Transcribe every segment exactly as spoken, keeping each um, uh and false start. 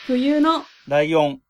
冬のライオン。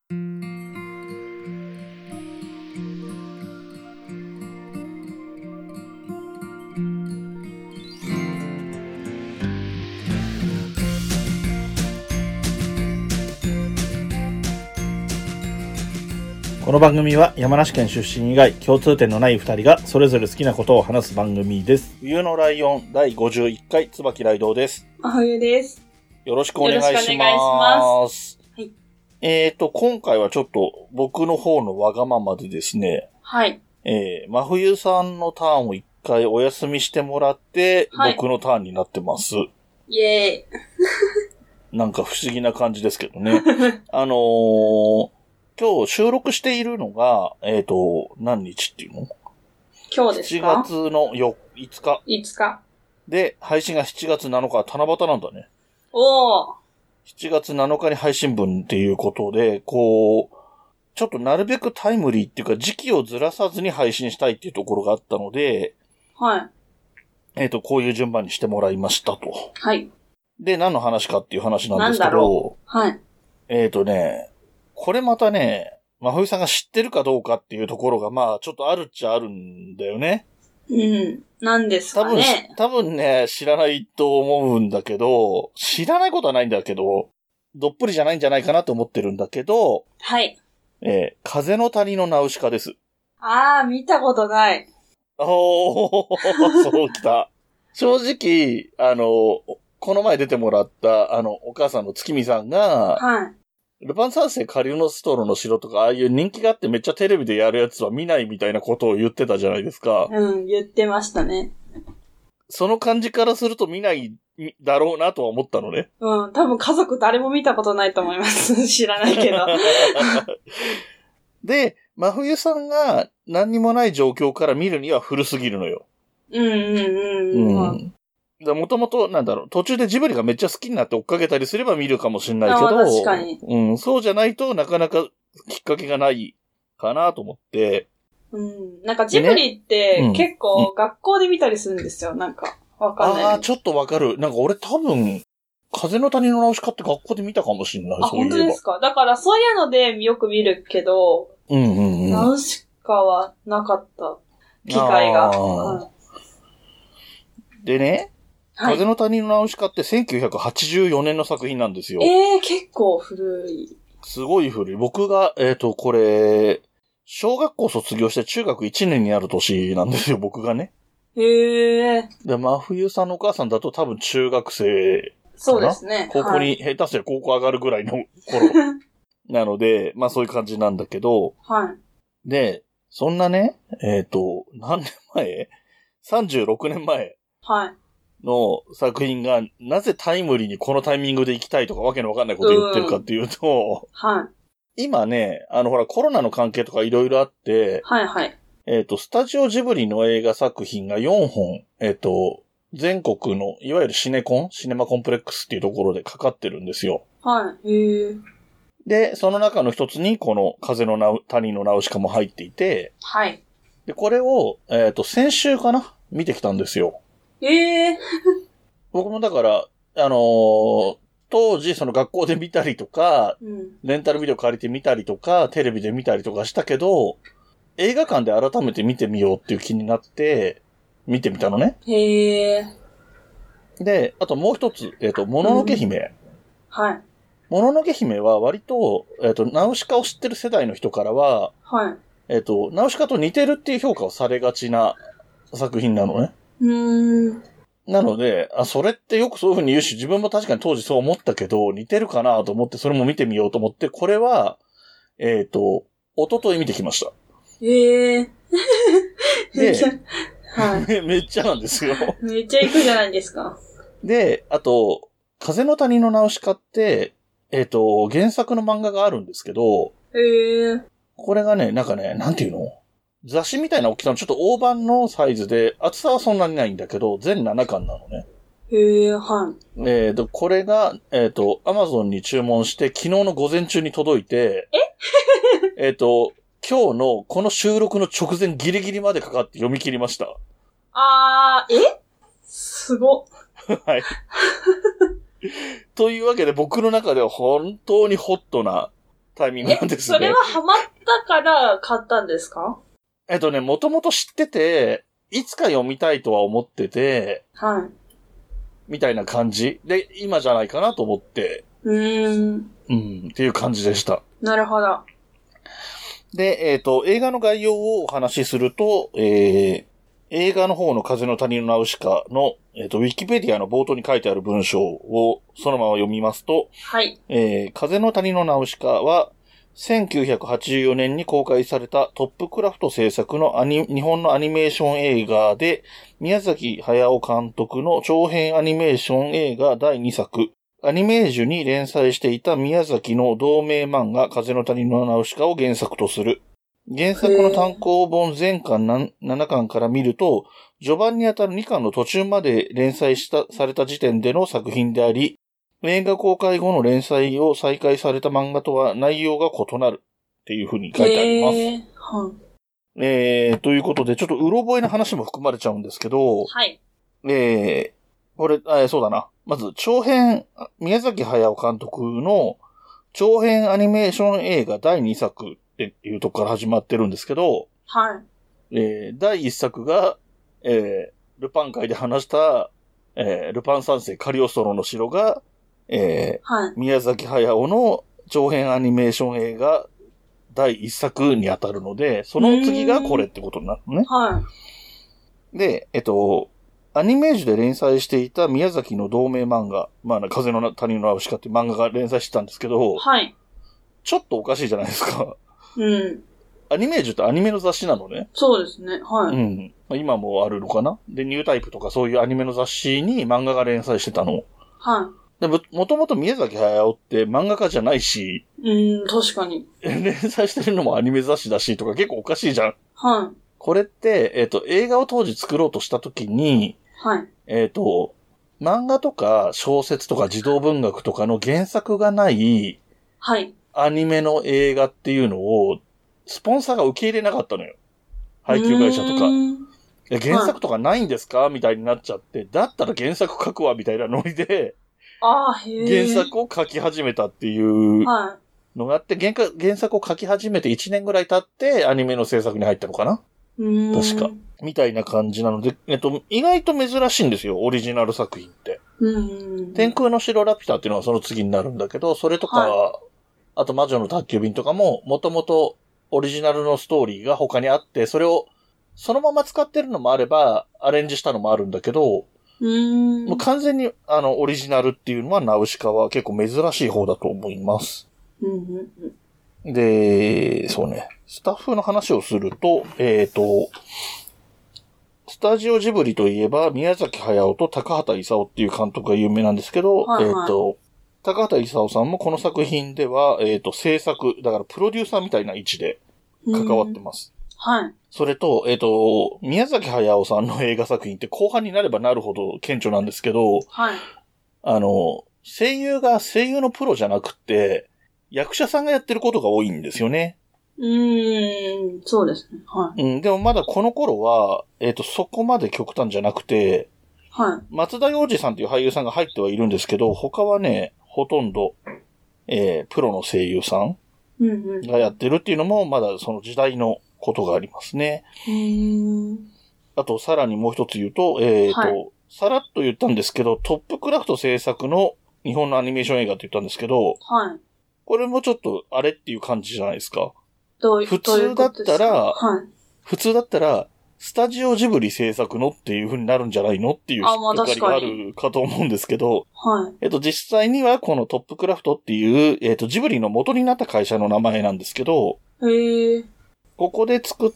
この番組は山梨県出身以外共通点のない二人がそれぞれ好きなことを話す番組です。冬のライオンだいごじゅういっかい椿雷道です。 真冬です。 よろしくお願いします。よろしくお願いします。はい。えーと、今回はちょっと僕の方のわがままでですね。 はい。 えー、真冬さんのターンを一回お休みしてもらって、はい、僕のターンになってます。 イエーイ。なんか不思議な感じですけどね。あのー、今日収録しているのが、えっと、何日っていうの？ 今日ですか？ しちがつのよいつか。 いつか。 で、配信がしちがつなのか、七夕なんだね。 おー。 しちがつなのかに配信分っていうことで、こう、ちょっとなるべくタイムリーっていうか、時期をずらさずに配信したいっていうところがあったので、 はい。 えっと、こういう順番にしてもらいましたと。 はい。 で、何の話かっていう話なんですけど、なんだろう。はい。 えっとね、これまたね、真冬さんが知ってるかどうかっていうところが、まあ、ちょっとあるっちゃあるんだよね。 うん。なんですかね。 多分、多分ね、知らないと思うんだけど、知らないことはないんだけど、どっぷりじゃないんじゃないかなと思ってるんだけど、 はい。 えー、風の谷のナウシカです。 あー、見たことない。 おー、そうきた。正直、あの、この前出てもらった、あの、お母さんの月見さんが、 はい。 ルパン三世カリオノストロの城とか、ああいう人気があってめっちゃテレビでやるやつは見ないみたいなことを言ってたじゃないですか。 うん、言ってましたね。 その感じからすると見ないだろうなとは思ったのね。 うん、多分家族誰も見たことないと思います。知らないけど。 で、真冬さんが何にもない状況から見るには古すぎるのよ。 うんうんうんうん。うんもともと、なんだろう、途中でジブリがめっちゃ好きになって追っかけたりすれば見るかもしれないけど、 確かに。 うん、そうじゃないとなかなかきっかけがないかなと思って。 うん、なんかジブリって結構学校で見たりするんですよ、なんか。わかんない。 ああ、ちょっとわかる。なんか俺多分、風の谷のナウシカって学校で見たかもしれない。 あ、本当ですか？だからそういうのでよく見るけど、 うんうんうん、 ナウシカはなかった機会が。うん、 でね、はい、風の谷のナウシカってせんきゅうひゃくはちじゅうよねんの作品なんですよ。 ええー、結構古い。 すごい古い。僕が、えっと、これ、小学校卒業して中学いちねんになる年なんですよ、僕がね。 へえ。 で、真冬さんのお母さんだと多分中学生かな。 そうですね。 高校に、はい、下手すりゃ高校上がるぐらいの頃。なので、まあそういう感じなんだけど。 はい。 で、そんなね、えっと、何年前 ?さんじゅうろくねんまえ。 はい。 の作品が、なぜタイムリーにこのタイミングで行きたいとかわけのわかんないこと言ってるかっていうと、 はい。 今ね、あのほらコロナの関係とかいろいろあって、 はいはい。 えっと、スタジオジブリの映画作品がよんほん、えっと、全国の、いわゆるシネコン、シネマコンプレックスっていうところでかかってるんですよ。 はい。へー。 で、その中の一つにこの風のナウ谷のナウシカも入っていて、 はい。 で、これを、えっと、先週かな見てきたんですよ。 ええー。 僕もだから、あのー、当時その学校で見たりとか、うん、レンタルビデオ借りて見たりとか、テレビで見たりとかしたけど、映画館で改めて見てみようっていう気になって、見てみたのね。 へー。 で、あともう一つ、えっと、もののけ姫。うん、 はい。 もののけ姫は割と、えっと、ナウシカを知ってる世代の人からは、 はい。 えっと、ナウシカと似てるっていう評価をされがちな作品なのね。 うーん。 なので、あ、それってよくそういう風に言うし、自分も確かに当時そう思ったけど、似てるかなと思って、それも見てみようと思って、これは、えっと、一昨日見てきました。 ええー。めっちゃ、 はい。めっちゃなんですよ。 めっちゃ行くじゃないですか。 で、あと、風の谷のナウシカって、えっと、原作の漫画があるんですけど、 へえー。 これがね、なんかね、なんていうの？雑誌みたいな大きさのちょっと大判のサイズで、厚さはそんなにないんだけど、全ななかんなのね。 へえ、はい。 えっと、これが、えっと、アマゾンに注文して、昨日の午前中に届いて、ええっと、今日のこの収録の直前ギリギリまでかかって読み切りました。 あー、えすご。 はい。 というわけで僕の中では本当にホットなタイミングなんですね。 それはハマったから買ったんですか？ えっとね、もともと知ってて、いつか読みたいとは思ってて、 はい。 みたいな感じで、今じゃないかなと思って、 うーん。 うん、っていう感じでした。 なるほど。 で、えっと、映画の概要をお話しすると、えー、映画の方の風の谷のナウシカの、えっと、ウィキペディアの冒頭に書いてある文章をそのまま読みますと、 はい。 えー、風の谷のナウシカは、せんきゅうひゃくはちじゅうよねんに公開されたトップクラフト制作のアニ日本のアニメーション映画で、宮崎駿監督の長編アニメーション映画だいにさく、アニメージュに連載していた宮崎の同名漫画風の谷のナウシカを原作とする。原作の単行本全巻ななかんから見ると、序盤にあたるにかんの途中まで連載したされた時点での作品であり、映画公開後の連載を再開された漫画とは内容が異なるっていう風に書いてあります。 へー、はい。 えー、ということで、ちょっとうろ覚えな話も含まれちゃうんですけど、 はい。 えー、これ、あ、そうだな。まず、長編、宮崎駿監督の長編アニメーション映画だいにさくっていうとこから始まってるんですけど、 はい。 えー、だいいっさくが、えー、ルパン界で話した、えー、ルパン三世カリオストロの城が、えーはい、 宮崎駿の長編アニメーション映画だいいっさくに当たるので、その次がこれってことになるのね。 はい。 で、えっと、アニメージュで連載していた宮崎の同名漫画、まあ、風の谷のナウシカっていう漫画が連載してたんですけど、 はい。 ちょっとおかしいじゃないですか。 うん。 アニメージュってアニメの雑誌なのね。 そうですね。はい。 うん。今もあるのかな。で、ニュータイプとかそういうアニメの雑誌に漫画が連載してたの。 はい。 でも、もともと宮崎駿って漫画家じゃないし、 うーん、確かに。 連載してるのもアニメ雑誌だしとか結構おかしいじゃん。 はい。 これって、えっと、映画を当時作ろうとした時に、 はい。 えっと、漫画とか小説とか児童文学とかの原作がない、 はい。 アニメの映画っていうのを、スポンサーが受け入れなかったのよ。配給会社とか。原作とかないんですか、はい、みたいになっちゃって、だったら原作書くわ、みたいなノリで、 あーへー原作を書き始めたっていうのがあって、原, 原作を書き始めていちねんぐらい経ってアニメの制作に入ったのかな、 う確か。みたいな感じなので、えっと、意外と珍しいんですよ、オリジナル作品って。 うん天空の城ラピュタっていうのはその次になるんだけど、それとか、はい、あと魔女の宅急便とかも、もともとオリジナルのストーリーが他にあって、それをそのまま使ってるのもあれば、アレンジしたのもあるんだけど、 うーんもう完全にあのオリジナルっていうのはナウシカは結構珍しい方だと思います。 うんうんうん、 で、そうね、スタッフの話をすると、えっと、スタジオジブリといえば宮崎駿と高畑勲っていう監督が有名なんですけど、はいはい、えっと、高畑勲さんもこの作品では、えっと、制作、だからプロデューサーみたいな位置で関わってます。 はい。 それと、えっと、宮崎駿さんの映画作品って後半になればなるほど顕著なんですけど、 はい。 あの、声優が声優のプロじゃなくて、役者さんがやってることが多いんですよね。 うーん、そうですね。はい。 うん、でもまだこの頃は、えっと、そこまで極端じゃなくて、 はい。 松田洋次さんという俳優さんが入ってはいるんですけど、他はね、ほとんど、えー、プロの声優さんがやってるっていうのも、まだその時代のことがありますね。 うーん。 あと、さらにもう一つ言うと、えっと、はい、さらっと言ったんですけど、トップクラフト制作の日本のアニメーション映画って言ったんですけど、 はい。 これもちょっとあれっていう感じじゃないですか。 どういう普通だったら、 はい、 普通だったら、スタジオジブリ制作のっていう風になるんじゃないのっていう引っかかりがあるかと思うんですけど、 はい。 えっと、実際にはこのトップクラフトっていう、えっと、ジブリの元になった会社の名前なんですけど、 へー。 ここで作って、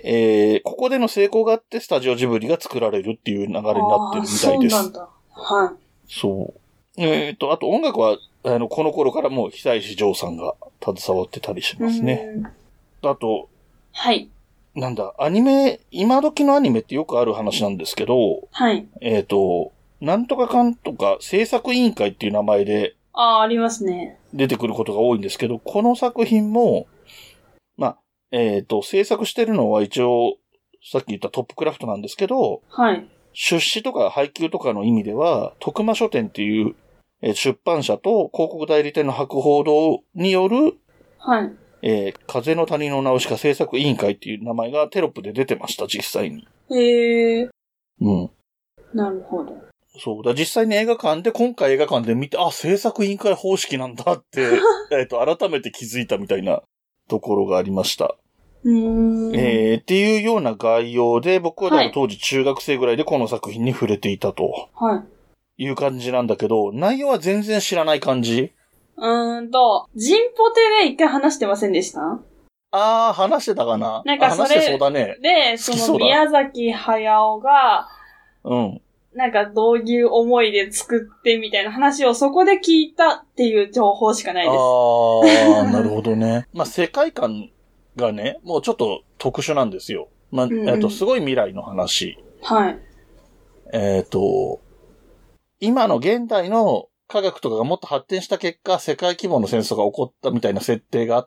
えー、ここでの成功があってスタジオジブリが作られるっていう流れになってるみたいです。そうなんだ。はい。 そう。えっと、あと音楽は、あの、この頃からもう久石譲さんが携わってたりしますね。あと、 はい。 なんだ、アニメ、今時のアニメってよくある話なんですけど、 はい。 えっと、なんとかかんとか制作委員会っていう名前で、 ああ、ありますね。 出てくることが多いんですけど、この作品も、まあ、えっと、制作してるのは一応、さっき言ったトップクラフトなんですけど、 はい。 出資とか配給とかの意味では、徳間書店っていう、 えー、出版社と広告代理店の博報堂による、 はい。 えー、風の谷のナウシカ制作委員会っていう名前がテロップで出てました、実際に。 へー。 うん。 なるほど。 そうだ、実際に映画館で、今回映画館で見て、あ、制作委員会方式なんだって、えっと、改めて気づいたみたいなところがありました。 うーん。 えー、っていうような概要で、僕は当時中学生ぐらいでこの作品に触れていたと。 はい。 いう感じなんだけど、内容は全然知らない感じ？ うーんと、ジンポテで一回話してませんでした？ あー、話してたかな？ なんかそれ、 話してそうだね。 で、その宮崎駿が、 うん。 なんかどういう思いで作ってみたいな話をそこで聞いたっていう情報しかないです。 あー、なるほどね。まあ、世界観がね、もうちょっと特殊なんですよ。まあ、うんうん、えっと、すごい未来の話。 はい。 えっと、今の現代の科学とかがもっと発展した結果、世界規模の戦争が起こったみたいな設定があって、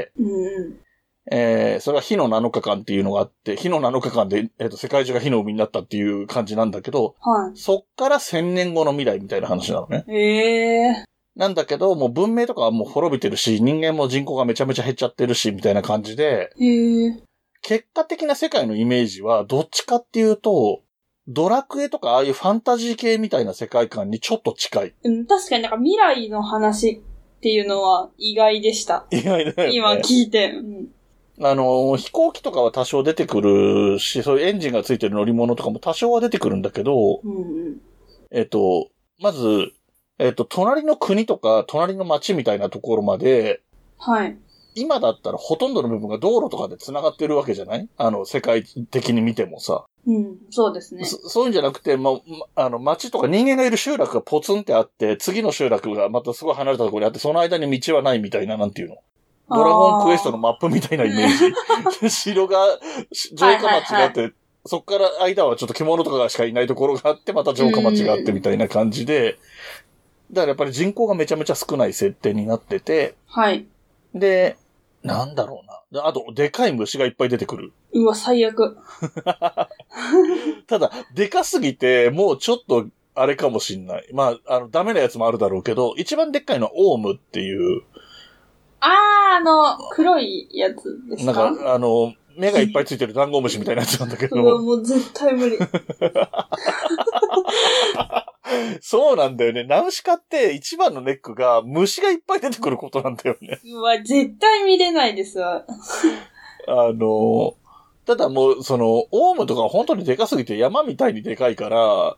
うんうんえー、それは火のなのかかんっていうのがあって、火のなのかかんで、えっと、世界中が火の海になったっていう感じなんだけど、 はい。 そっから千年後の未来みたいな話なのね。 へー。 なんだけど、もう文明とかはもう滅びてるし、人間も人口がめちゃめちゃ減っちゃってるし、みたいな感じで、 へー。 結果的な世界のイメージは、どっちかっていうと、ドラクエとかああいうファンタジー系みたいな世界観にちょっと近い。 うん、確かになんか未来の話っていうのは意外でした。 意外だよね。 今聞いて。うんあの、飛行機とかは多少出てくるし、そういうエンジンがついてる乗り物とかも多少は出てくるんだけど、 うんうん、 えっと、まず、えっと、隣の国とか、隣の町みたいなところまで、 はい。 今だったらほとんどの部分が道路とかで繋がってるわけじゃない？あの、世界的に見てもさ。 うん、そうですね。 そ、そういうんじゃなくて、ま、あの、町とか人間がいる集落がポツンってあって、次の集落がまたすごい離れたところにあって、その間に道はないみたいな、なんていうの？ドラゴンクエストのマップみたいなイメージ。城が、城下町があって、はいはいはい、そっから間はちょっと獣とかがしかいないところがあって、また城下町があってみたいな感じで、だからやっぱり人口がめちゃめちゃ少ない設定になってて、 はい。 で、なんだろうな。あと、でかい虫がいっぱい出てくる。 うわ、最悪。 ただ、でかすぎて、もうちょっと、あれかもしんない。まあ、あの、ダメなやつもあるだろうけど、一番でっかいのはオウムっていう、 あー、あの、黒いやつですか？ なんか、あの、目がいっぱいついてるダンゴムシみたいなやつなんだけど。 うわ、もう絶対無理。 そうなんだよね。ナウシカって一番のネックが虫がいっぱい出てくることなんだよね。 うわ、絶対見れないですわ。 あの、ただもう、その、オウムとか本当にでかすぎて山みたいにでかいから、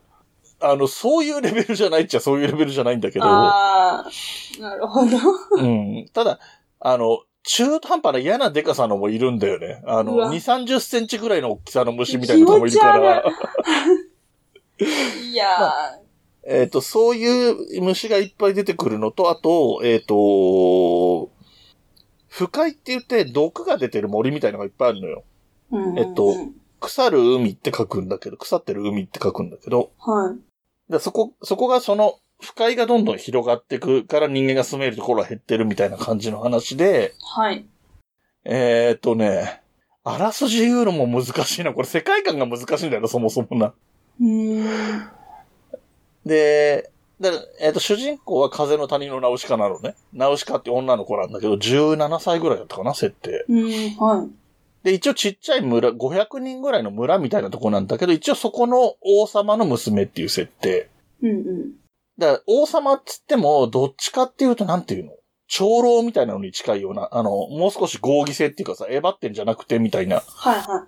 あの、そういうレベルじゃないっちゃそういうレベルじゃないんだけど。 あー、なるほど。 うん。ただ、あの、中途半端な嫌なデカさのもいるんだよね。あの、に、さんじゅっセンチぐらいの大きさの虫みたいなのもいるから。 いやー。まあ、 えっ、ー、と、そういう虫がいっぱい出てくるのと、あと、えっ、ー、と、腐海って言って毒が出てる森みたいなのがいっぱいあるのよ。 うんうんうん、 えっと、腐る海って書くんだけど、腐ってる海って書くんだけど。 はい。 でそこ、そこがその、腐海がどんどん広がっていくから人間が住めるところは減ってるみたいな感じの話で。 はい。えーっとね、あらすじ言うのも難しいな。これ世界観が難しいんだよな、そもそもな。 うーん。 で、で、えっと、主人公は風の谷のナウシカなのね。ナウシカって女の子なんだけど、じゅうななさいぐらいだったかな、設定。 うん、はい。 で、一応ちっちゃい村、ごひゃくにんぐらいの村みたいなとこなんだけど、一応そこの王様の娘っていう設定。 うんうん。 だから王様っつっても、どっちかっていうとなんていうの？長老みたいなのに近いような、あの、もう少し合議制っていうかさ、えばってんじゃなくてみたいな。 はいはい。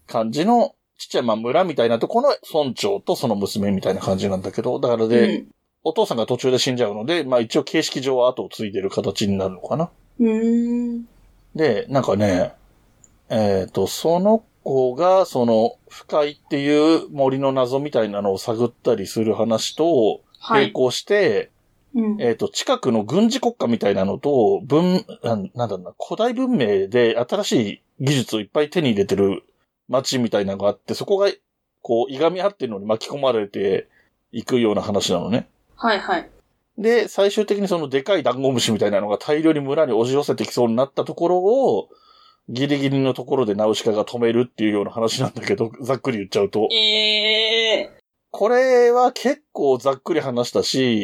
感じの、ちっちゃいまあ村みたいなところの村長とその娘みたいな感じなんだけど、だからで、うん、お父さんが途中で死んじゃうので、まあ一応形式上は後を継いでる形になるのかな。 うーん。 で、なんかね、えっと、その子が、その、腐海っていう森の謎みたいなのを探ったりする話と、並行して、はいうん、えっと、近くの軍事国家みたいなのと、文、なんだろうな、古代文明で新しい技術をいっぱい手に入れてる街みたいなのがあって、そこが、こう、いがみ合ってるのに巻き込まれていくような話なのね。 はいはい。 で、最終的にそのでかいダンゴムシみたいなのが大量に村に押し寄せてきそうになったところを、ギリギリのところでナウシカが止めるっていうような話なんだけど、ざっくり言っちゃうと。 えー。 これは結構ざっくり話したし、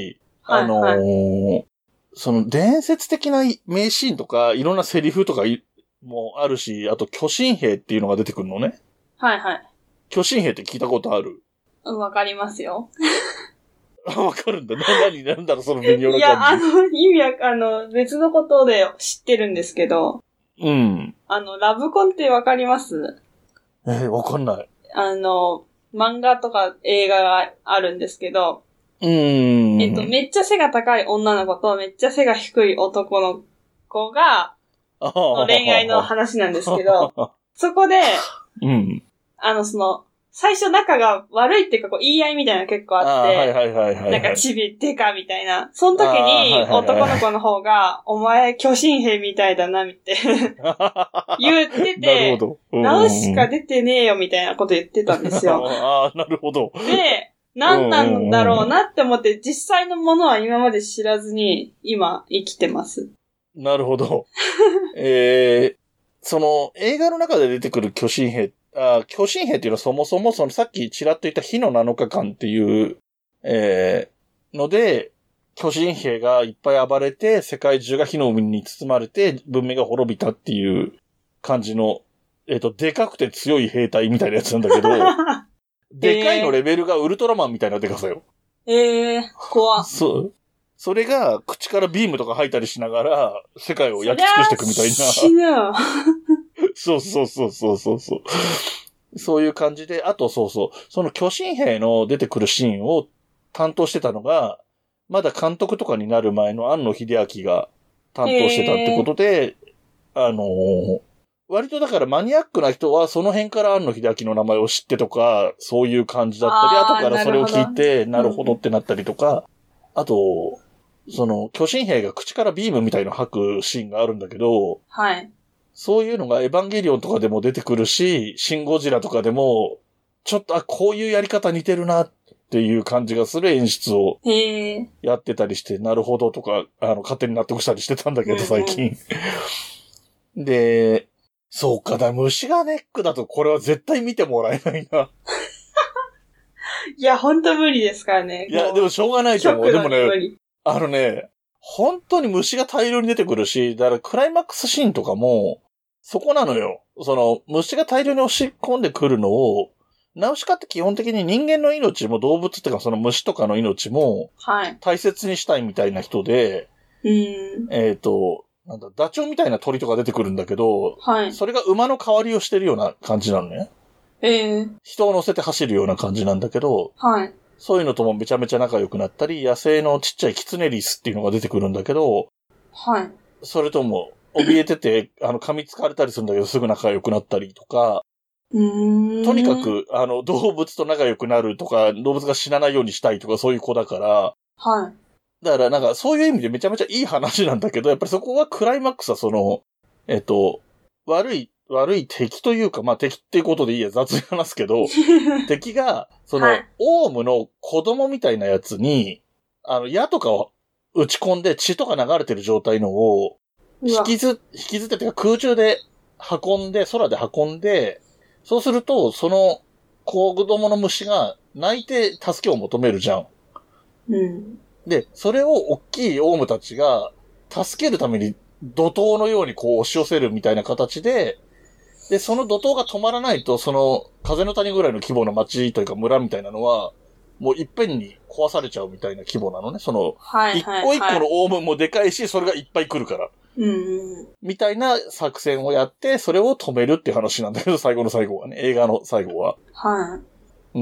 あのーはいはい、その伝説的な名シーンとか、いろんなセリフとかもあるし、あと巨神兵っていうのが出てくるのね。 はいはい。 巨神兵って聞いたことある？ うん、わかりますよ。 わかるんだ。な、何、なんだろう、その微妙な感じ。いや、あの、意味は、あの、別のことで知ってるんですけど。 うん。 あの、ラブコンってわかります？ えー、わかんない。 あの、漫画とか映画があるんですけど。 うーん。 えっと、めっちゃ背が高い女の子とめっちゃ背が低い男の子が、恋愛の話なんですけど、そこで、 うん。 あの、その、最初仲が悪いっていうか、こう、言い合いみたいなの結構あって、 はいはいはいはい、 なんか、チビってかみたいな。その時に、男の子の方が、お前、巨神兵みたいだな、みたいな。言ってて、 なるほど。 うん、ナウしか出てねえよ、みたいなこと言ってたんですよ。 ああ、なるほど。 で、何なんだろうなって思って、実際のものは今まで知らずに、今、生きてます。 なるほど。えー、その、映画の中で出てくる巨神兵あ巨神兵っていうのはそもそもそのさっきちらっと言った火のなのかかんっていう、えー、ので、巨神兵がいっぱい暴れて世界中が火の海に包まれて文明が滅びたっていう感じの、えっと、でかくて強い兵隊みたいなやつなんだけど、でかいのレベルがウルトラマンみたいなでかさよ。 ええー、怖っ。 そう。それが口からビームとか吐いたりしながら世界を焼き尽くしていくみたいな。 死ぬ。 そうそうそうそうそうそう。そういう感じで、あとそうそう、その巨神兵の出てくるシーンを担当してたのが、まだ監督とかになる前の庵野秀明が担当してたってことで、あのー、割とだからマニアックな人はその辺から庵野秀明の名前を知ってとか、そういう感じだったり、後からそれを聞いて、なるほどってなったりとか、うん、あと、その巨神兵が口からビームみたいの吐くシーンがあるんだけど、 はい。 そういうのがエヴァンゲリオンとかでも出てくるし、シンゴジラとかでも、ちょっと、あ、こういうやり方似てるなっていう感じがする演出をやってたりして、なるほどとか、あの、勝手に納得したりしてたんだけど、最近。で、そうかだ、虫がネックだとこれは絶対見てもらえないな。 いや、ほんと無理ですからね。 いや、でもしょうがないと思う。でもね、あのね、本当に虫が大量に出てくるし、だからクライマックスシーンとかも、そこなのよ。その、虫が大量に押し込んでくるのを、ナウシカって基本的に人間の命も動物っていうかその虫とかの命も、大切にしたいみたいな人で、 はい、うんえっと、なんだ、ダチョウみたいな鳥とか出てくるんだけど、 はい、 それが馬の代わりをしてるような感じなのね。 えー、 人を乗せて走るような感じなんだけど、 はい、 そういうのともめちゃめちゃ仲良くなったり、野生のちっちゃいキツネリスっていうのが出てくるんだけど、 はい。 それとも、怯えてて、あの、噛みつかれたりするんだけど、すぐ仲良くなったりとか、 うーんとにかく、あの、動物と仲良くなるとか、動物が死なないようにしたいとか、そういう子だから、 はい。 だから、なんか、そういう意味でめちゃめちゃいい話なんだけど、やっぱりそこはクライマックスはその、えっと、悪い、悪い敵というか、まあ敵っていうことでいいや、雑に話すけど、敵が、その、はい、オウムの子供みたいなやつに、あの、矢とかを打ち込んで血とか流れてる状態のを、引きず、引きずっててか空中で運んで、空で運んで、そうすると、その子供の虫が泣いて助けを求めるじゃん。 うん。 で、それを大きいオウムたちが助けるために怒涛のようにこう押し寄せるみたいな形で、で、その怒涛が止まらないと、その風の谷ぐらいの規模の町というか村みたいなのは、もういっぺんに壊されちゃうみたいな規模なのね。その、 はいはいはい、 一個一個のオウムもでかいし、それがいっぱい来るから。 うん。 みたいな作戦をやって、それを止めるっていう話なんだけど、最後の最後はね。映画の最後は。 はい。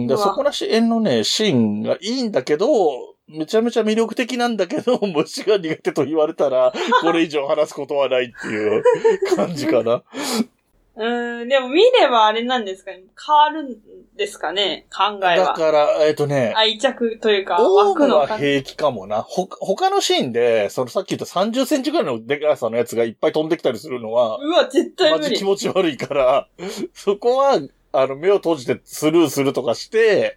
でそこら辺のね、シーンがいいんだけど、めちゃめちゃ魅力的なんだけど、虫が苦手と言われたら、これ以上話すことはないっていう感じかな。 うーん、でも見ればあれなんですかね。変わるんですかね、考えは。 だから、えっとね。 愛着というか、 オウムは平気かもな。ほ、他のシーンで、そのさっき言ったさんじゅっセンチぐらいのでかさのやつがいっぱい飛んできたりするのは、 うわ、絶対無理。 マジ気持ち悪いから、そこは、あの、目を閉じてスルーするとかして、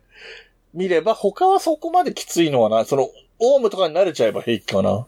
見れば、他はそこまできついのはな、その、オウムとかに慣れちゃえば平気かな。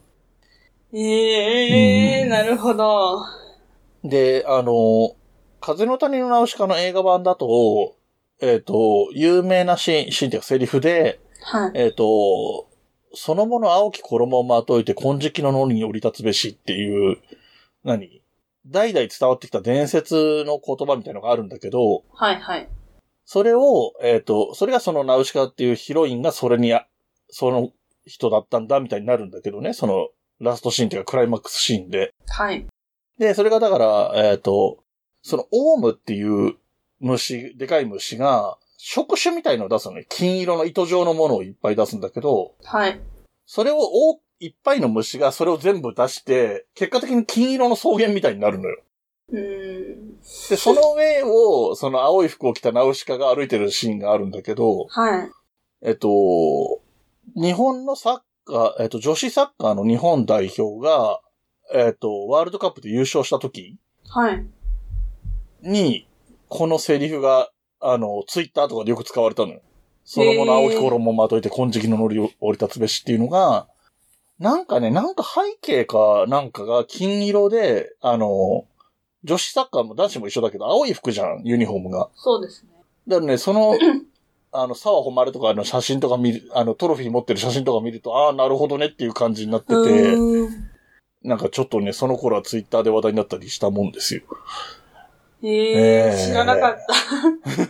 ええー、なるほど。 で、あの、風の谷のナウシカの映画版だと、えっと、有名なシーン、シーンっていうかセリフで、 はい、 えっと、 そのもの青き衣をまといて金色の野に降り立つべしっていう、何代々伝わってきた伝説の言葉みたいなのがあるんだけど、 はいはい。 それを、えっと、それがそのナウシカっていうヒロインがそれに、その人だったんだみたいになるんだけどね、そのラストシーンっていうかクライマックスシーンで。 はい。 で、それがだから、えっと、そのオウムっていう虫、でかい虫が、触手みたいのを出すのね。金色の糸状のものをいっぱい出すんだけど、 はい。 それをおいっぱいの虫がそれを全部出して、結果的に金色の草原みたいになるのよ。 うーん。 で、その上を、その青い服を着たナウシカが歩いてるシーンがあるんだけど、 はい。 えっと、日本のサッカー、えっと、女子サッカーの日本代表が、えっと、ワールドカップで優勝した時はい。 に、このセリフが、あの、ツイッターとかでよく使われたのよ。そのもの青き衣をまといて金色の乗り降り立つべしっていうのが、なんかね、なんか背景かなんかが金色で、あの、女子サッカーも男子も一緒だけど、青い服じゃん、ユニフォームが。 そうですね。 だからね、その、あの、沢誉とかの写真とか見る、あの、トロフィー持ってる写真とか見ると、ああ、なるほどねっていう感じになってて、なんかちょっとね、その頃はツイッターで話題になったりしたもんですよ。 へえー、知らなかった。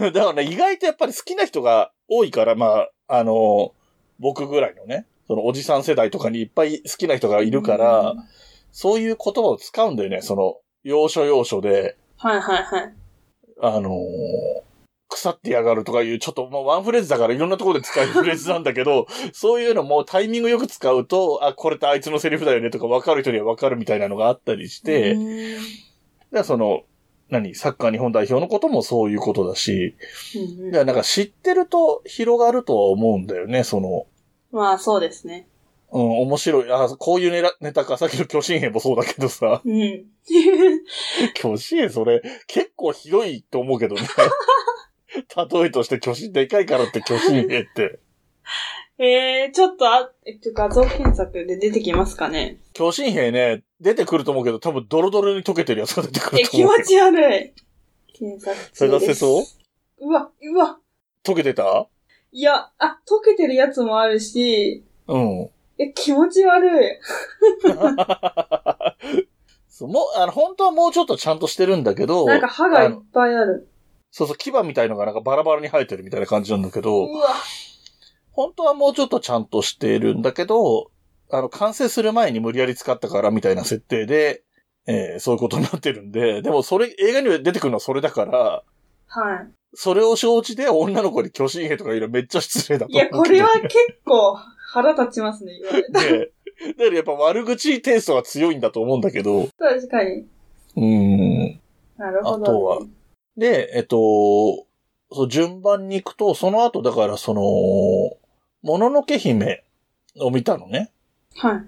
だからね、意外とやっぱり好きな人が多いから、まあ、あの、僕ぐらいのね、そのおじさん世代とかにいっぱい好きな人がいるから、そういう言葉を使うんだよね、その、要所要所で。 はいはいはい。 あのー、腐ってやがるとかいう、ちょっともうワンフレーズだからいろんなところで使えるフレーズなんだけど、そういうのもタイミングよく使うと、あ、これってあいつのセリフだよねとか分かる人には分かるみたいなのがあったりして、でその、何サッカー日本代表のこともそういうことだし、うんうん、だからなんか知ってると広がるとは思うんだよね、その。 まあそうですね。 うん、面白い。あ、こういうネタネタか、さっきの巨神兵もそうだけどさ。 うん。 巨神兵それ、結構ひどいと思うけどね。例えとして巨神、でかいからって巨神兵って。 えー、ちょっとあ、えっと、画像検索で出てきますかね。 巨神兵ね、出てくると思うけど、多分ドロドロに溶けてるやつが出てくると思う。 え、気持ち悪い。検索中です。 探せそううわ、うわ。 溶けてたいや、あ、溶けてるやつもあるし。 うん。 え、気持ち悪い。 そうもう、あの、本当はもうちょっとちゃんとしてるんだけど。 なんか歯がいっぱいある。 そうそう、牙みたいのがなんかバラバラに生えてるみたいな感じなんだけど。 うわ。 本当はもうちょっとちゃんとしてるんだけど、あの、完成する前に無理やり使ったからみたいな設定で、えー、そういうことになってるんで、でもそれ、映画には出てくるのはそれだから、 はい。 それを承知で女の子に巨神兵とかいるのめっちゃ失礼だと思う。 いや、これは結構腹立ちますね、言われた。 で、だからやっぱ悪口テイストが強いんだと思うんだけど。 確かに。 うーん。 なるほど、ね。 あとは。で、えっと、そう順番に行くと、その後だからその、もののけ姫を見たのね。 はい。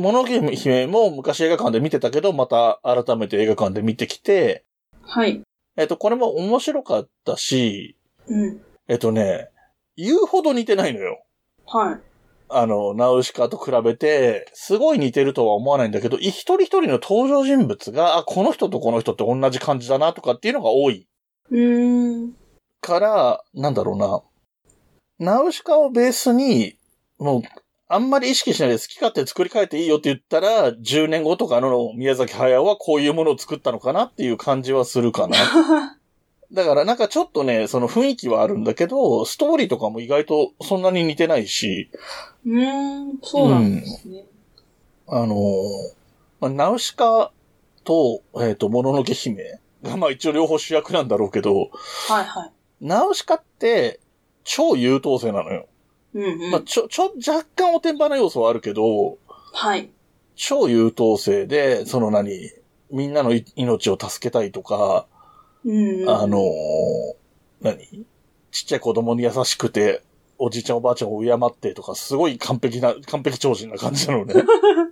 もののけ姫も昔映画館で見てたけど、また改めて映画館で見てきて、 はい。 えっと、これも面白かったし、 うん。 えっとね、言うほど似てないのよ。 はい。 あの、ナウシカと比べて、すごい似てるとは思わないんだけど、一人一人の登場人物が、あ、この人とこの人って同じ感じだなとかっていうのが多い。 うーん。 から、なんだろうな。ナウシカをベースに、もう、あんまり意識しないで好き勝手作り変えていいよって言ったら、じゅうねんごとかの宮崎駿はこういうものを作ったのかなっていう感じはするかな。だからなんかちょっとね、その雰囲気はあるんだけど、ストーリーとかも意外とそんなに似てないし。 うーん、そうなんですね。 うん、あの、まあ、ナウシカと、えっと、もののけ姫が、まあ一応両方主役なんだろうけど、 はいはい。 ナウシカって超優等生なのよ。 うんうん。 まあ、ちょ、ちょ、若干おてんばな要素はあるけど、 はい。 超優等生で、その何、みんなの命を助けたいとか、 うんうん、 あの、何ちっちゃい子供に優しくて、おじいちゃんおばあちゃんを敬ってとか、すごい完璧な、完璧超人な感じなのね。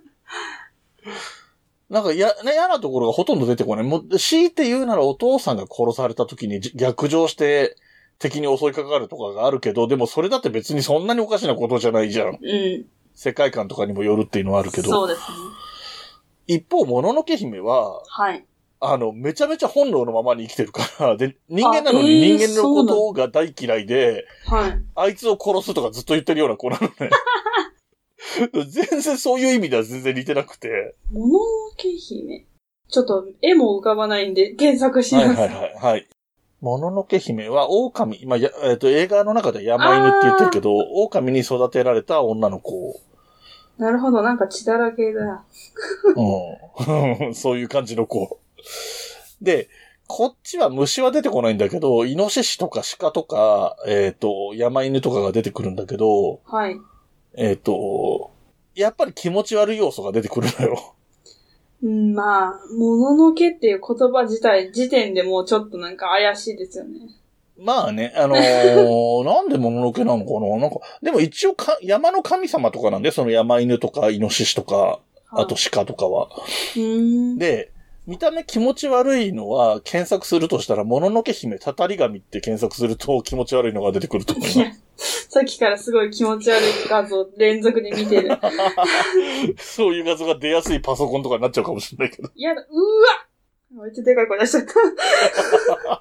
なんかや、ね、嫌なところがほとんど出てこない。もう、強いて言うならお父さんが殺された時に逆上して、敵に襲いかかるとかがあるけど、でもそれだって別にそんなにおかしなことじゃないじゃん。 うん。 世界観とかにもよるっていうのはあるけど。 そうですね。 一方、もののけ姫は、 はい。 あの、めちゃめちゃ本能のままに生きてるから、で、人間なのに人間のことが大嫌いで、 はい。 あいつを殺すとかずっと言ってるような子なのね。 全然そういう意味では全然似てなくて。 もののけ姫。ちょっと絵も浮かばないんで検索します。 はいはいはい。はい。もののけ姫は狼、まあ、や、えっと、映画の中では山犬って言ってるけど、狼に育てられた女の子。 なるほど、なんか血だらけだ。 うん。そういう感じの子。で、こっちは虫は出てこないんだけど、イノシシとか鹿とか、えっと、山犬とかが出てくるんだけど、 はい。 えっと、やっぱり気持ち悪い要素が出てくるのよ。 うん、まあ、もののけっていう言葉自体、時点でもうちょっとなんか怪しいですよね。 まあね、あのー、なんでもののけなのかななんか、でも一応か、山の神様とかなんで、その山犬とかイノシシとか、あと鹿とかは。 うーん。 で、見た目気持ち悪いのは検索するとしたら、もののけ姫たたり神って検索すると気持ち悪いのが出てくると思います。いや、 さっきからすごい気持ち悪い画像連続で見てる。 そういう画像が出やすいパソコンとかになっちゃうかもしれないけど。 いやだ、うわめっちゃでかい声出しちゃった。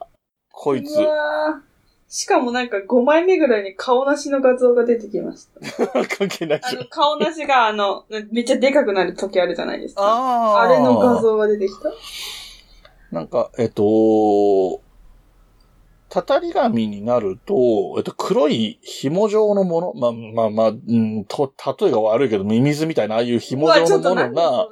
こいつ。 うわしかもなんかごまいめぐらいに顔なしの画像が出てきました。 関係ないじゃん。 あの、顔なしがあの、めっちゃでかくなる時あるじゃないですか。 ああれの画像が出てきた。 なんか、えっと、たたり神になると、えっと、黒い紐状のもの、まあまあまあ、うん、と、例えが悪いけど、ミミズみたいな、ああいう紐状のものが、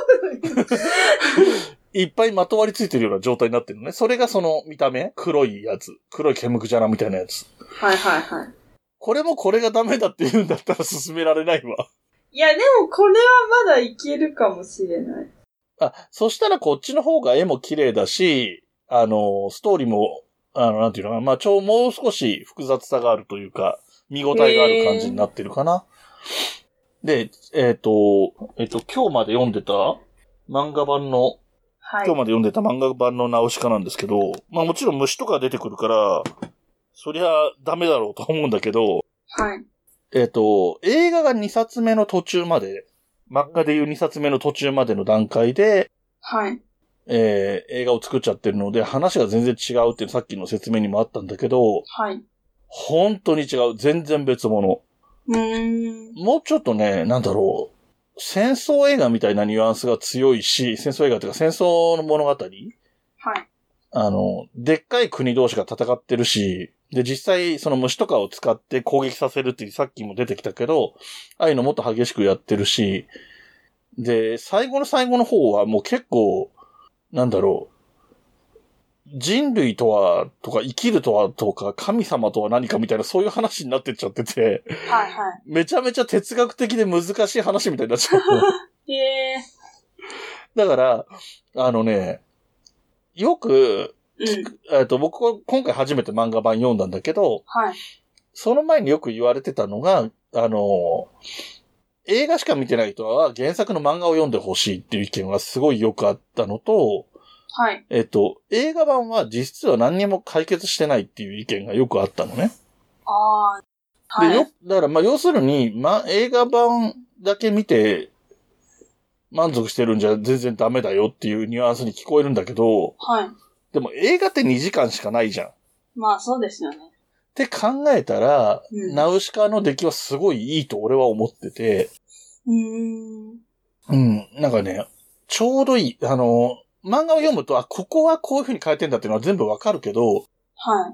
いっぱいまとわりついてるような状態になってるのね。それがその見た目黒いやつ。黒い毛むくじゃらみたいなやつ。 はいはいはい。 これもこれがダメだって言うんだったら進められないわ。 いや、でもこれはまだいけるかもしれない。 あ、そしたらこっちの方が絵も綺麗だし、あの、ストーリーも、あの、なんていうのかな、まあ、ちょ、もう少し複雑さがあるというか、見応えがある感じになってるかな。で、えっと、えっと、今日まで読んでた漫画版の、はい、今日まで読んでた漫画版のナウシカなんですけど、まあもちろん虫とか出てくるから、そりゃダメだろうと思うんだけど、 はい。 えっと、映画がにさつめの途中まで、漫画でいうにさつめの途中までの段階で、 はい。 えー、映画を作っちゃってるので、話が全然違うっていうさっきの説明にもあったんだけど、 はい。 本当に違う。全然別物。 うーん。 もうちょっとね、なんだろう。戦争映画みたいなニュアンスが強いし、戦争映画っていうか戦争の物語？はい。あの、でっかい国同士が戦ってるし、で、実際その虫とかを使って攻撃させるっていうさっきも出てきたけど、ああいうのもっと激しくやってるし、で、最後の最後の方はもう結構、なんだろう。人類とは、とか生きるとは、とか神様とは何かみたいなそういう話になってっちゃってて、 はいはい。 めちゃめちゃ哲学的で難しい話みたいになっちゃう。 へえー。だから、あのね、よく、うん、えっと、僕は今回初めて漫画版読んだんだけど、 はい。 その前によく言われてたのが、あの、映画しか見てない人は原作の漫画を読んでほしいっていう意見がすごいよくあったのと、 はい。 えっと、映画版は実質は何にも解決してないっていう意見がよくあったのね。 ああ。はい。 で、よ、だからまあ要するに、ま、映画版だけ見て満足してるんじゃ全然ダメだよっていうニュアンスに聞こえるんだけど、 はい。 でも映画ってにじかんしかないじゃん。 まあそうですよね。 って考えたら、うん、ナウシカの出来はすごいいいと俺は思ってて、 うーん。 うん、なんかね、ちょうどいい、あの、漫画を読むと、あ、ここはこういう風に変えてんだっていうのは全部わかるけど、 はい。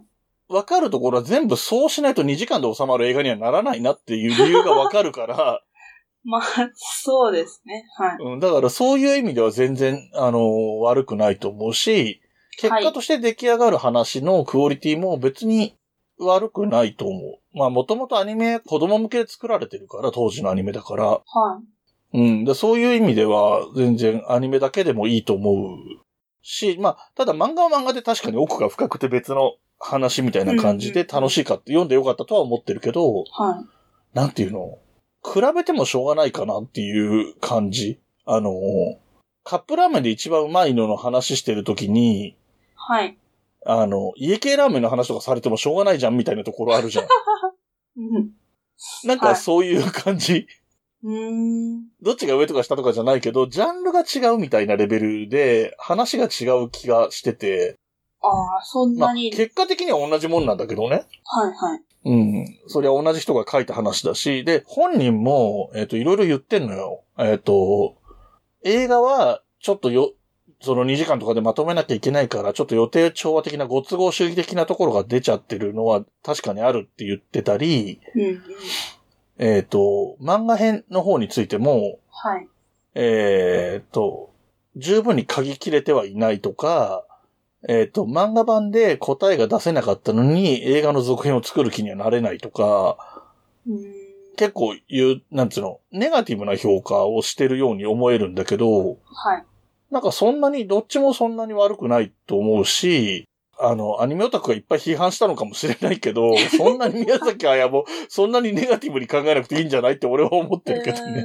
わかるところは全部そうしないとにじかんで収まる映画にはならないなっていう理由がわかるから。 まあ、そうですね。はい。 うん、だからそういう意味では全然、あの、悪くないと思うし、結果として出来上がる話のクオリティも別に悪くないと思う。まあ、もともとアニメ、子供向けで作られてるから、当時のアニメだから。 はい。 うん。で、そういう意味では、全然アニメだけでもいいと思うし、まあ、ただ漫画は漫画で確かに奥が深くて別の話みたいな感じで楽しいかって読んでよかったとは思ってるけど、 はい。 なんていうの？比べてもしょうがないかなっていう感じ。あの、カップラーメンで一番うまいのの話してるときに、 はい。 あの、家系ラーメンの話とかされてもしょうがないじゃんみたいなところあるじゃん。 うん、 なんかそういう感じ。はいうーんどっちが上とか下とかじゃないけど、ジャンルが違うみたいなレベルで、話が違う気がしてて。 ああ、そんなに、 まあ。結果的には同じもんなんだけどね。 はいはい。 うん。それは同じ人が書いた話だし、で、本人も、えっと、いろいろ言ってんのよ。えっと、映画は、ちょっとよ、そのにじかんとかでまとめなきゃいけないから、ちょっと予定調和的なご都合主義的なところが出ちゃってるのは確かにあるって言ってたり、 うんうん、 えっと、漫画編の方についても、 はい。 えっと、十分に書き切れてはいないとか、えっと、漫画版で答えが出せなかったのに映画の続編を作る気にはなれないとか、 うーん、 結構言う、なんつうの、ネガティブな評価をしてるように思えるんだけど、 はい。 なんかそんなに、どっちもそんなに悪くないと思うし、あの、アニメオタクがいっぱい批判したのかもしれないけど、そんなに宮崎駿も、そんなにネガティブに考えなくていいんじゃないって俺は思ってるけどね。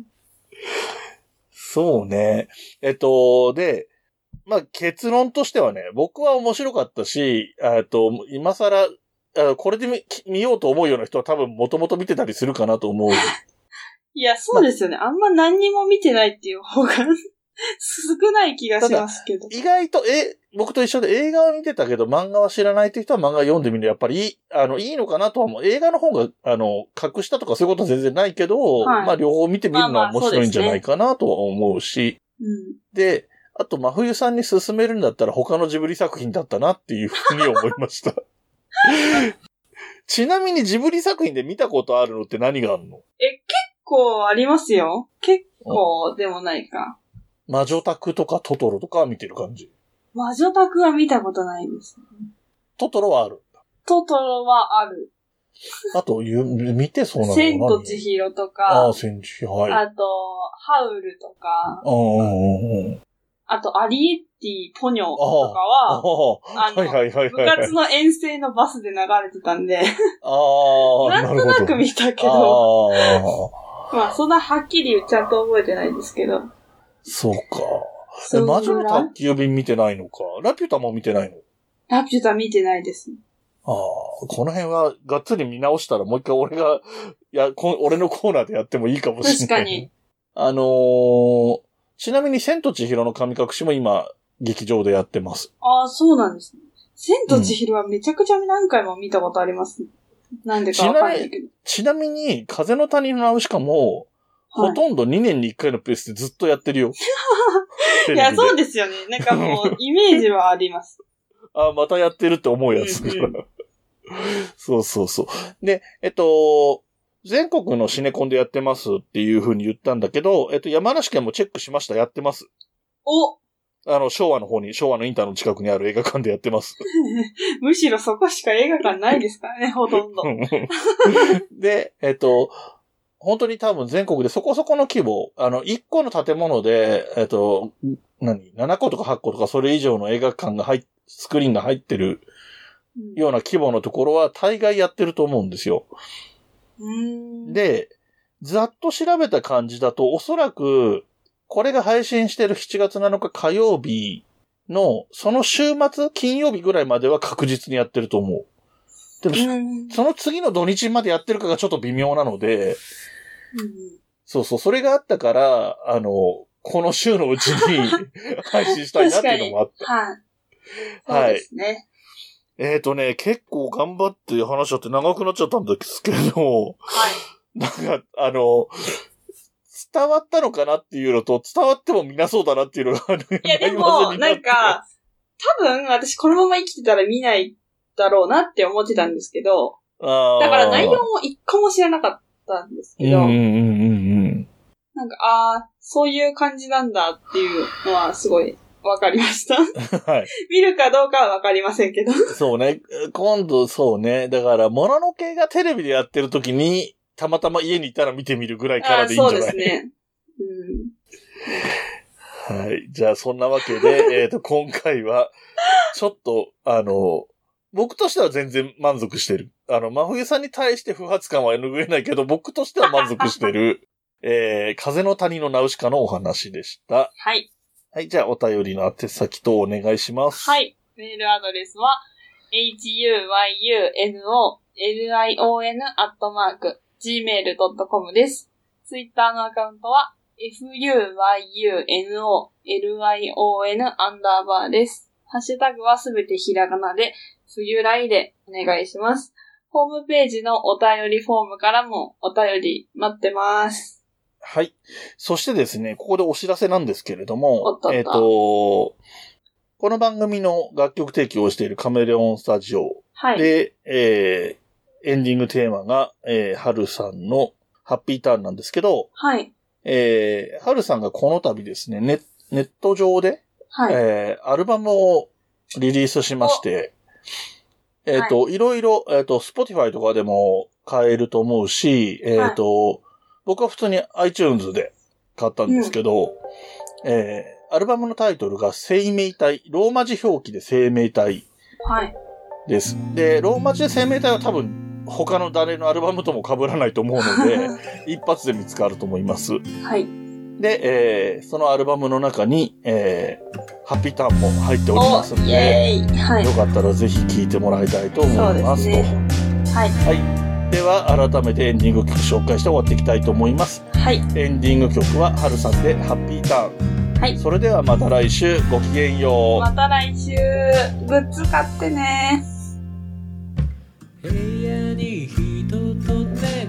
そうね。えっと、で、まあ、結論としてはね、僕は面白かったし、えっと、今更、これで 見, 見ようと思うような人は多分もともと見てたりするかなと思う。 いや、そうですよね。まあ、あんま何にも見てないっていう方が少ない気がしますけど。 意外と、え、僕と一緒で映画は見てたけど漫画は知らないって人は漫画読んでみるとやっぱりいい、あの、いいのかなとは思う。映画の方が、あの、隠したとかそういうことは全然ないけど、はい、まあ両方見てみるのは面白いんじゃないかなとは思うし。 まあまあ、そうですね。うん。 で、あと、真冬さんに勧めるんだったら他のジブリ作品だったなっていうふうに思いました。ちなみにジブリ作品で見たことあるのって何があるの？ え、結構ありますよ。結構でもないか。 魔女宅とかトトロとかは見てる感じ。 魔女宅は見たことないです、ね。 トトロはある。 トトロはある。 あと、見てそうなのかな？ 千と千尋とか。 ああ、千と千尋、はい。 あと、ハウルとか。 うんうんうん。 あと、アリエッティ、ポニョとかは、あ, あの、はいはいはいはい、部活の遠征のバスで流れてたんで、あなんとなく見たけど、あまあ、そんなはっきりちゃんと覚えてないですけど。 そうか。え、魔女の宅急便見てないのか。ラピュタも見てないの？ ラピュタ見てないです。 ああ、この辺はがっつり見直したらもう一回俺が、いや、俺のコーナーでやってもいいかもしれない。 確かに。 あのー、ちなみに千と千尋の神隠しも今、劇場でやってます。 ああ、そうなんですね。千と千尋はめちゃくちゃ何回も見たことあります。うん、なんでかわかんないけど。 ちなみに、風の谷のナウシカも、はい、ほとんどにねんにいっかいのペースでずっとやってるよ。 いや、そうですよね。なんかもう、イメージはあります。 あ、またやってるって思うやつ。うんうん、そうそうそう。で、えっと、全国のシネコンでやってますっていう風に言ったんだけど、えっと、山梨県もチェックしました。やってます。 おあの、昭和の方に、昭和のインターの近くにある映画館でやってます。 むしろそこしか映画館ないですからね、ほとんど。 で、えっと、本当に多分全国でそこそこの規模、あの、いっこの建物で、えっと、何 ?なな 個とかはっことかそれ以上の映画館が入っ、スクリーンが入ってるような規模のところは大概やってると思うんですよ。 うーんで、ざっと調べた感じだと、おそらく、これが配信してるしちがつなのか火曜日の、その週末、金曜日ぐらいまでは確実にやってると思う。でも、その次の土日までやってるかがちょっと微妙なので、 うん、 そうそう、それがあったから、あの、この週のうちに配信したいなっていうのもあった。 はい。 はい。 そうですね。 えっとね、結構頑張って話しちゃって長くなっちゃったんですけど、 はい。 なんか、あの、伝わったのかなっていうのと、伝わっても見なそうだなっていうのがある。 いや、でも、なんか、多分私このまま生きてたら見ないだろうなって思ってたんですけど、 あだから内容も一個も知らなかったんですけど、 うんうんうんうん、 なんか、ああ、そういう感じなんだっていうのはすごいわかりました。 はい。 見るかどうかはわかりませんけど。 そうね。今度そうね。だから、もののけがテレビでやってる時に、たまたま家にいたら見てみるぐらいからでいいんじゃない？ そうですね。 うん、はい。じゃあ、そんなわけで、えっと、今回は、ちょっと、あの、僕としては全然満足してる。あの、真冬さんに対して不発感は拭えないけど、僕としては満足してる、えー、風の谷のナウシカのお話でした。 はい。 はい。じゃあ、お便りの宛先とお願いします。 はい。メールアドレスは、エイチユーワイユーエヌオーエルアイオーエヌ アットマーク、ジーメールドットコム です。ツイッターのアカウントは、エフユーワイユーエヌオーエルアイオーエヌ アンダーバーです。ハッシュタグはすべてひらがなで、冬来でお願いします。 ホームページのお便りフォームからもお便り待ってます。 はい。そしてですね、ここでお知らせなんですけれども、 おっとっとえっと、この番組の楽曲提供をしているカメレオンスタジオで、はい、えー、エンディングテーマが、えー、春さんのハッピーターンなんですけど、 はい。 えー、春さんがこの度ですね、ネ、ネット上で、 はい、 えー、アルバムをリリースしまして、えっ、ー、と、はい、いろいろ、えっ、ー、と、Spotify とかでも買えると思うし、えっ、ー、と、はい、僕は普通に iTunes で買ったんですけど、うん、えー、アルバムのタイトルが生命体、ローマ字表記で生命体です。はい、で、ローマ字で生命体は多分他の誰のアルバムとも被らないと思うので、一発で見つかると思います。 はい。 で、えー、そのアルバムの中に、えー、ハッピーターンも入っておりますので、 はい、 よかったらぜひ聴いてもらいたいと思いますと。 ね、はい。 はい。では、改めてエンディング曲紹介して終わっていきたいと思います。 はい。 エンディング曲は、春さんでハッピーターン。はい。それではまた来週、ごきげんよう。 また来週、グッズ買ってね。部屋に人とね